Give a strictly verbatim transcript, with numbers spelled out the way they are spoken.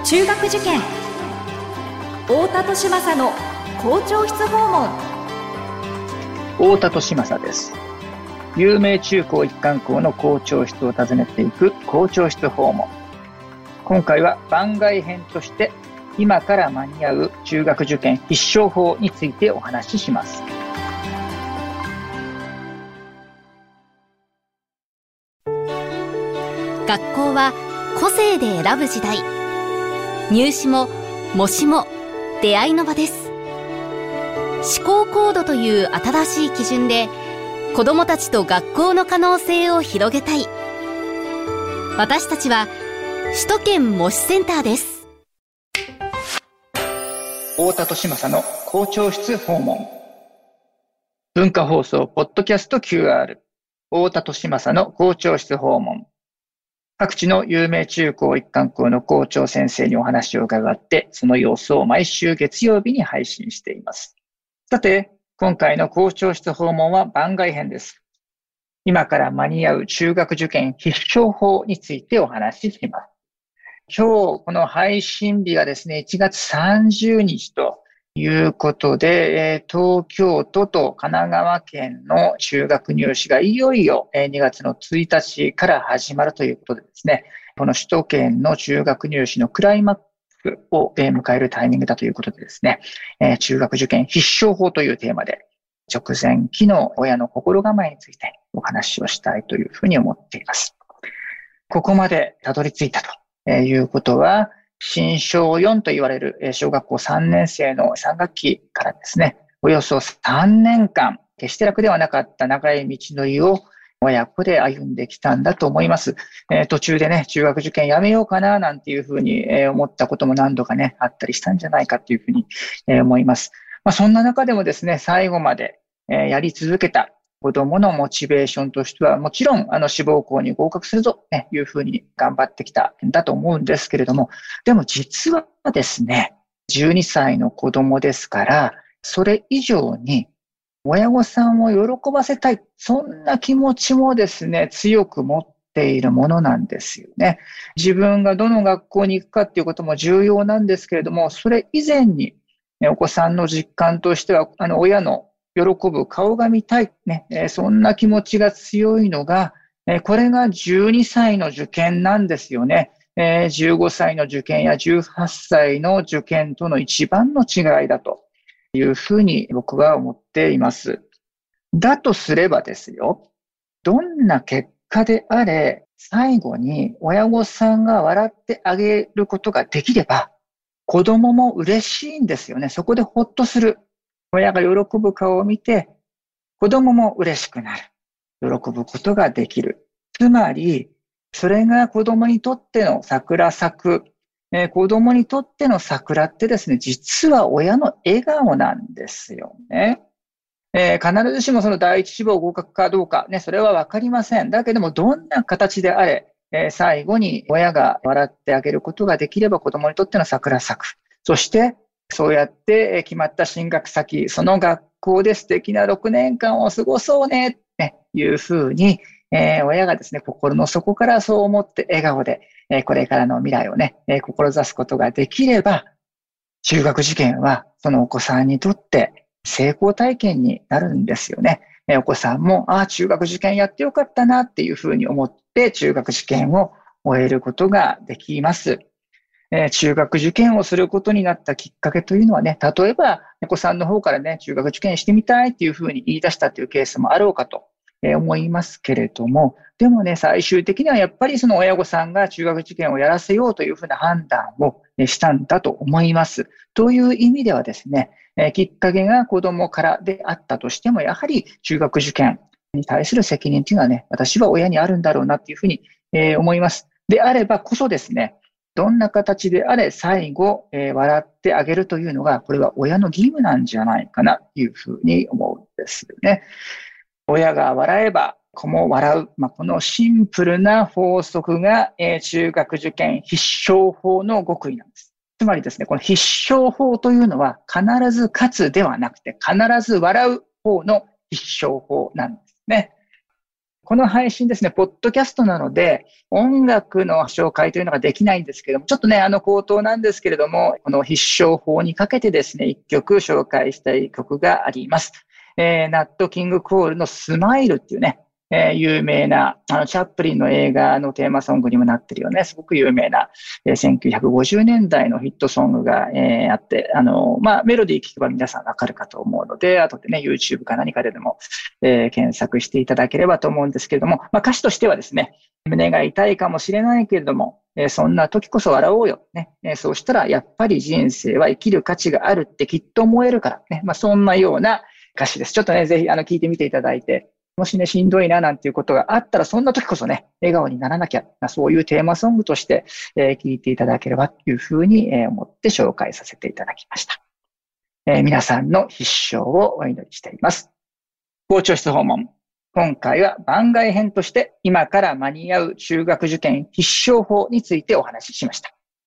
中学受験、太田利政の校長室訪問。 太田利政です。有名中高一貫校の校長室を訪ねていく校長室訪問。今回は番外編として今から間に合う中学受験必勝法についてお話しします。 学校は個性で選ぶ時代。入試も模試も出会いの場です。思考コードという新しい基準で子どもたちと学校の可能性を広げたい。私たちは首都圏模試センターです。 太田利政の校長室訪問。文化放送ポッドキャスト キューアール 太田利政の校長室訪問。各地の有名中高一貫校の校長先生にお話を伺って、その様子を毎週月曜日に配信しています。さて、今回の校長室訪問は番外編です。今から間に合う中学受験必勝法についてお話しします。今日、この配信日がですね、いちがつさんじゅうにちということで、東京都と神奈川県の中学入試がいよいよにがつのついたちから始まるということでですね、この首都圏の中学入試のクライマックスを迎えるタイミングだということでですね、中学受験必勝法というテーマで直前期の親の心構えについてお話をしたいというふうに思っています。ここまでたどり着いたということは、新小よんと言われる小学校さんねん生のさん学期からですね、およそさんねんかん、決して楽ではなかった長い道のりを親子で歩んできたんだと思います。えー、途中でね、中学受験やめようかななんていうふうに思ったことも何度かね、あったりしたんじゃないかというふうに思います。まあ、そんな中でもですね、最後までやり続けた子供のモチベーションとしては、もちろん、あの、志望校に合格するぞ、ね、いうふうに頑張ってきたんだと思うんですけれども、でも実はですね、じゅうにさいの子供ですから、それ以上に、親御さんを喜ばせたい、そんな気持ちもですね、強く持っているものなんですよね。自分がどの学校に行くかっていうことも重要なんですけれども、それ以前に、お子さんの実感としては、あの、親の喜ぶ顔が見たい、ね、そんな気持ちが強いのが、これがじゅうにさいの受験なんですよね。じゅうごさいの受験やじゅうはっさいの受験との一番の違いだというふうに僕は思っています。だとすればですよ、どんな結果であれ、最後に親御さんが笑ってあげることができれば、子供も嬉しいんですよね。そこでほっとする。親が喜ぶ顔を見て、子供も嬉しくなる。喜ぶことができる。つまり、それが子供にとっての桜咲く。えー、子供にとっての桜ってですね、実は親の笑顔なんですよね。えー、必ずしもその第一志望合格かどうか、ね、それはわかりません。だけども、どんな形であれ、えー、最後に親が笑ってあげることができれば子供にとっての桜咲く。そして、そうやって決まった進学先、その学校で素敵なろくねんかんを過ごそうね、っていうふうに、えー、親がですね、心の底からそう思って笑顔で、えー、これからの未来をね、えー、志すことができれば、中学受験はそのお子さんにとって成功体験になるんですよね。えー、お子さんも、ああ、中学受験やってよかったなっていうふうに思って中学受験を終えることができます。えー、中学受験をすることになったきっかけというのはね、例えば、お子さんの方からね、中学受験してみたいっていうふうに言い出したというケースもあろうかと思いますけれども、でもね、最終的にはやっぱりその親御さんが中学受験をやらせようというふうな判断をしたんだと思います。という意味ではですね、えー、きっかけが子供からであったとしても、やはり中学受験に対する責任というのはね、私は親にあるんだろうなっていうふうに思います。であればこそですね、どんな形であれ最後、えー、笑ってあげるというのが、これは親の義務なんじゃないかなというふうに思うんですよね。親が笑えば子も笑う。まあ、このシンプルな法則が、えー、中学受験必勝法の極意なんです。つまりですね、この必勝法というのは必ず勝つではなくて必ず笑う方の必勝法なんですね。 この配信ですね、ポッドキャストなので、音楽の紹介というのができないんですけども、ちょっとね、あの口頭なんですけれども、この必勝法にかけてですね、一曲紹介したい曲があります。えー、ナット・キング・コールのスマイルっていうね、えー、有名な、あの、チャップリンの映画のテーマソングにもなってるよね。すごく有名な、えー、せんきゅうひゃくごじゅうねんだいのヒットソングが、えー、あって、あの、まあ、メロディー聞けば皆さんわかるかと思うので、後でね、YouTube か何かででも、えー、検索していただければと思うんですけれども、まあ、歌詞としてはですね、胸が痛いかもしれないけれども、えー、そんな時こそ笑おうよ。ね。えー、そうしたら、やっぱり人生は生きる価値があるってきっと思えるからね。まあ、そんなような歌詞です。ちょっとね、ぜひ、あの、聞いてみていただいて、もしね、しんどいななんていうことがあったら、そんな時こそね、笑顔にならなきゃ、そういうテーマソングとして、えー、聞いていただければというふうに、えー、思って紹介させていただきました。えー、皆さんの必勝をお祈りしています。校長室訪問。今回は番外編として、今から間に合う中学受験必勝法についてお話ししました。